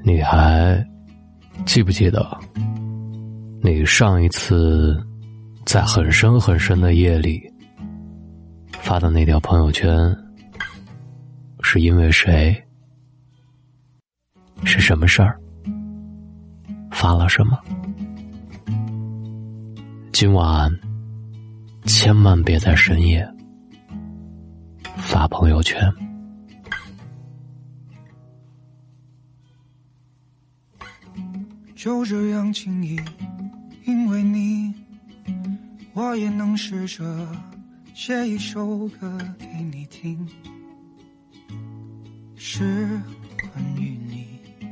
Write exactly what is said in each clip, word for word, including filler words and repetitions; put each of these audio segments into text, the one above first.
你还记不记得，你上一次在很深很深的夜里发的那条朋友圈是因为谁？是什么事儿？发了什么？今晚千万别在深夜发朋友圈。 就这样轻易，因为你，我也能试着写一首歌给你听，是关于你。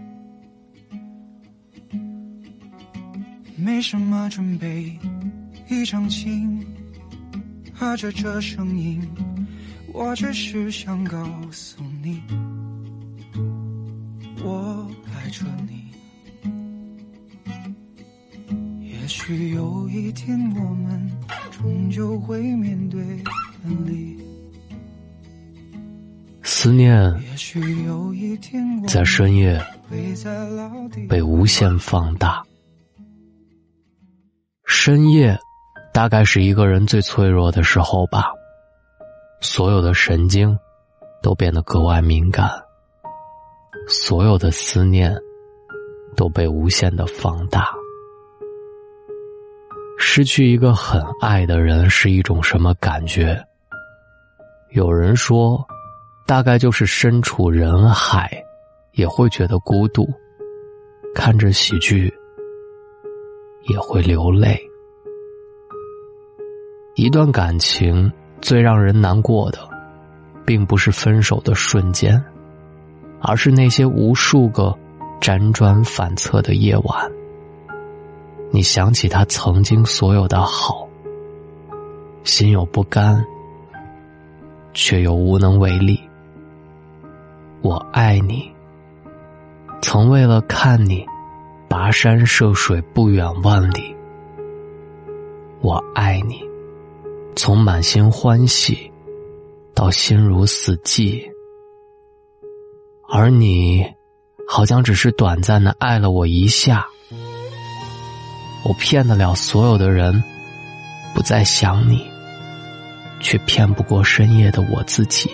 没什么准备，一张琴和着这声音，我只是想告诉你，我爱着你。也许有一天我们终究会面对分离， 思念在深夜被无限放大。深夜大概是一个人最脆弱的时候吧，所有的神经都变得格外敏感，所有的思念都被无限的放大。失去一个很爱的人是一种什么感觉？有人说，大概就是身处人海也会觉得孤独，看着喜剧也会流泪。一段感情最让人难过的，并不是分手的瞬间，而是那些无数个辗转反侧的夜晚。你想起他曾经所有的好，心有不甘，却又无能为力。我爱你，曾为了看你跋山涉水不远万里。我爱你，从满心欢喜到心如死寂。而你好像只是短暂地爱了我一下。我骗得了所有的人不再想你，却骗不过深夜的我自己。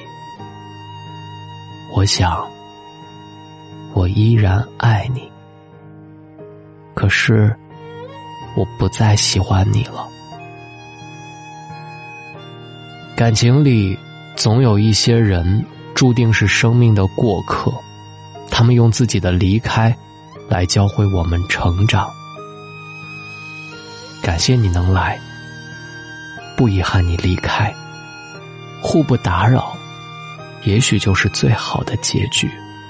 我想我依然爱你，可是我不再喜欢你了。感情里总有一些人注定是生命的过客，他们用自己的离开来教会我们成长。感谢你能来，不遗憾你离开，互不打扰，也许就是最好的结局。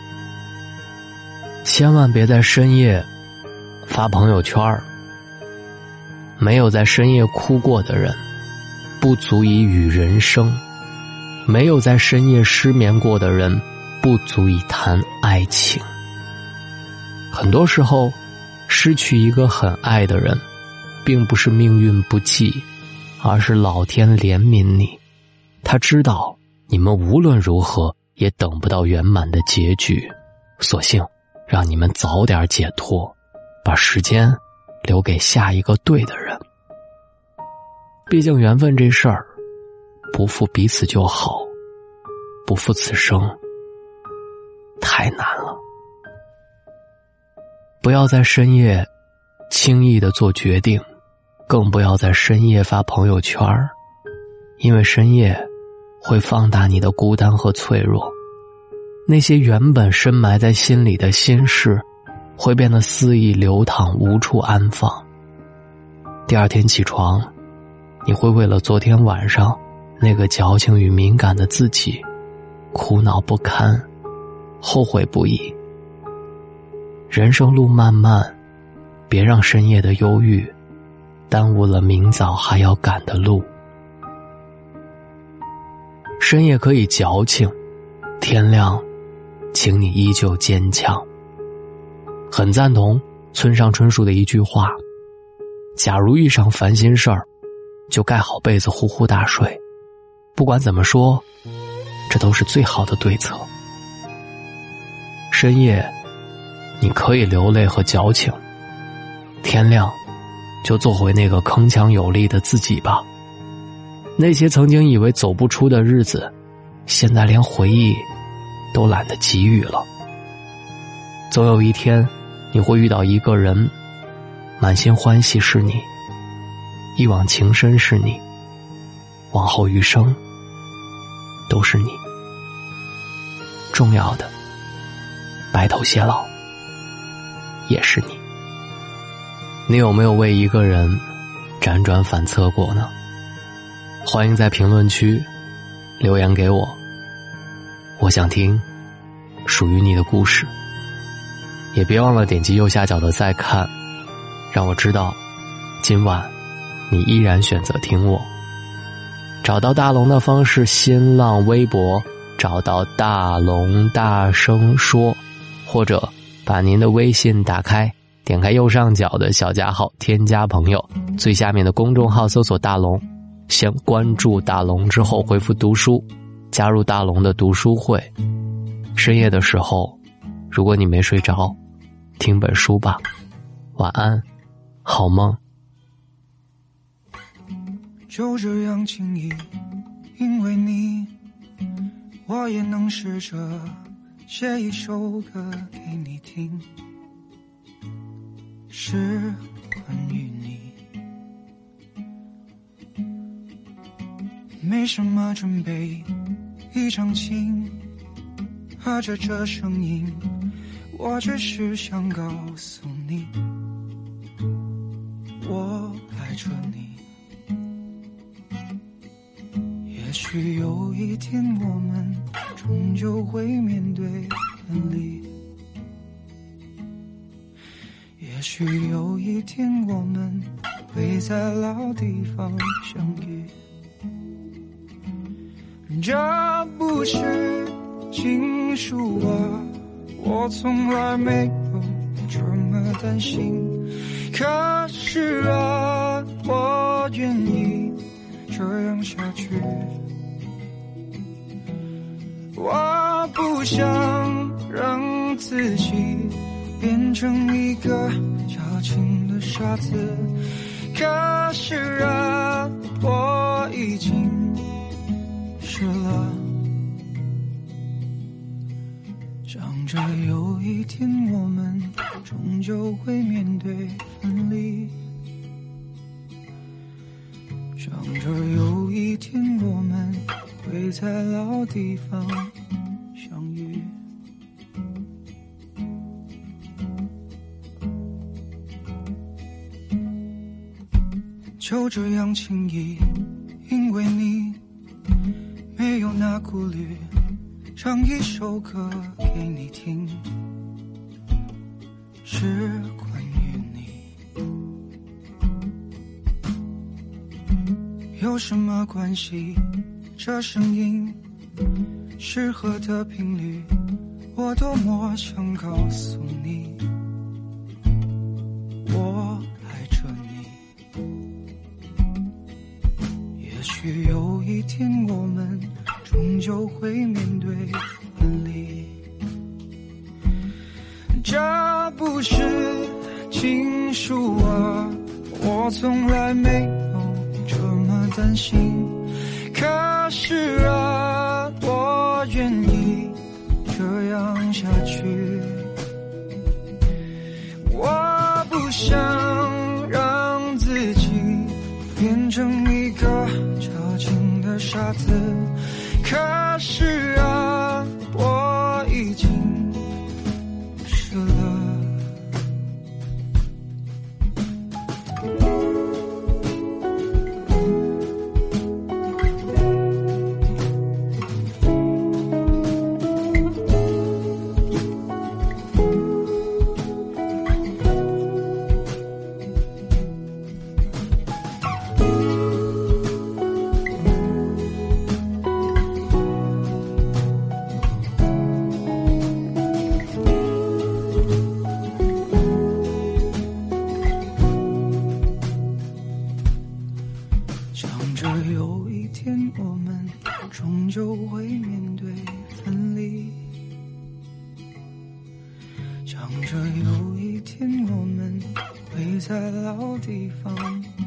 千万别在深夜发朋友圈，没有在深夜哭过的人，不足以与人生；没有在深夜失眠过的人，不足以谈爱情。很多时候，失去一个很爱的人，并不是命运不济，而是老天怜悯你。他知道你们无论如何也等不到圆满的结局，索性让你们早点解脱，把时间留给下一个对的人。毕竟缘分这事儿，不负彼此就好，不负此生太难了。不要在深夜轻易地做决定，更不要在深夜发朋友圈，因为深夜会放大你的孤单和脆弱。那些原本深埋在心里的心事，会变得肆意流淌，无处安放。第二天起床，你会为了昨天晚上那个矫情与敏感的自己苦恼不堪，后悔不已。人生路漫漫，别让深夜的忧郁耽误了明早还要赶的路。深夜可以矫情，天亮请你依旧坚强。很赞同村上春树的一句话，假如遇上烦心事儿，就盖好被子呼呼大睡，不管怎么说，这都是最好的对策。深夜你可以流泪和矫情，天亮就做回那个铿锵有力的自己吧。那些曾经以为走不出的日子，现在连回忆都懒得给予了。总有一天你会遇到一个人，满心欢喜是你，一往情深是你，往后余生都是你。重要的白头偕老也是你。你有没有为一个人辗转反侧过呢？欢迎在评论区留言给我，我想听属于你的故事。也别忘了点击右下角的再看，让我知道今晚你依然选择听我。找到大龙的方式：新浪微博找到大龙大声说，或者把您的微信打开，点开右上角的小加号，添加朋友，最下面的公众号搜索大龙，先关注大龙之后回复读书，加入大龙的读书会。深夜的时候，如果你没睡着，听本书吧。晚安，好梦。 就这样轻易，因为你，我也能试着写一首歌给你听，是关于你。没什么准备，一张琴和着这声音，我只是想告诉你，我爱着你。也许有一天我们终究会面对分离，也许有一天我们会在老地方相遇。这不是情书啊，我从来没有这么担心，可是啊，我愿意这样下去。我不想让自己变成一个矫情的傻子，可是啊，我已经是了。想着有一天我们终究会面对分离，想着有一天我们会在老地方相遇。就这样轻易，因为你没有那顾虑，唱一首歌给你听，是关于你。有什么关系？这声音适合的频率，我多么想告诉你，我爱着你。也许有一天我们终究会面对分离，这不是情书啊，我从来没有这么担心，可是啊，我愿意这样下去。我不想让自己变成一个矫情的傻子，可是啊，我已经是了。 想着有一天我们会在老地方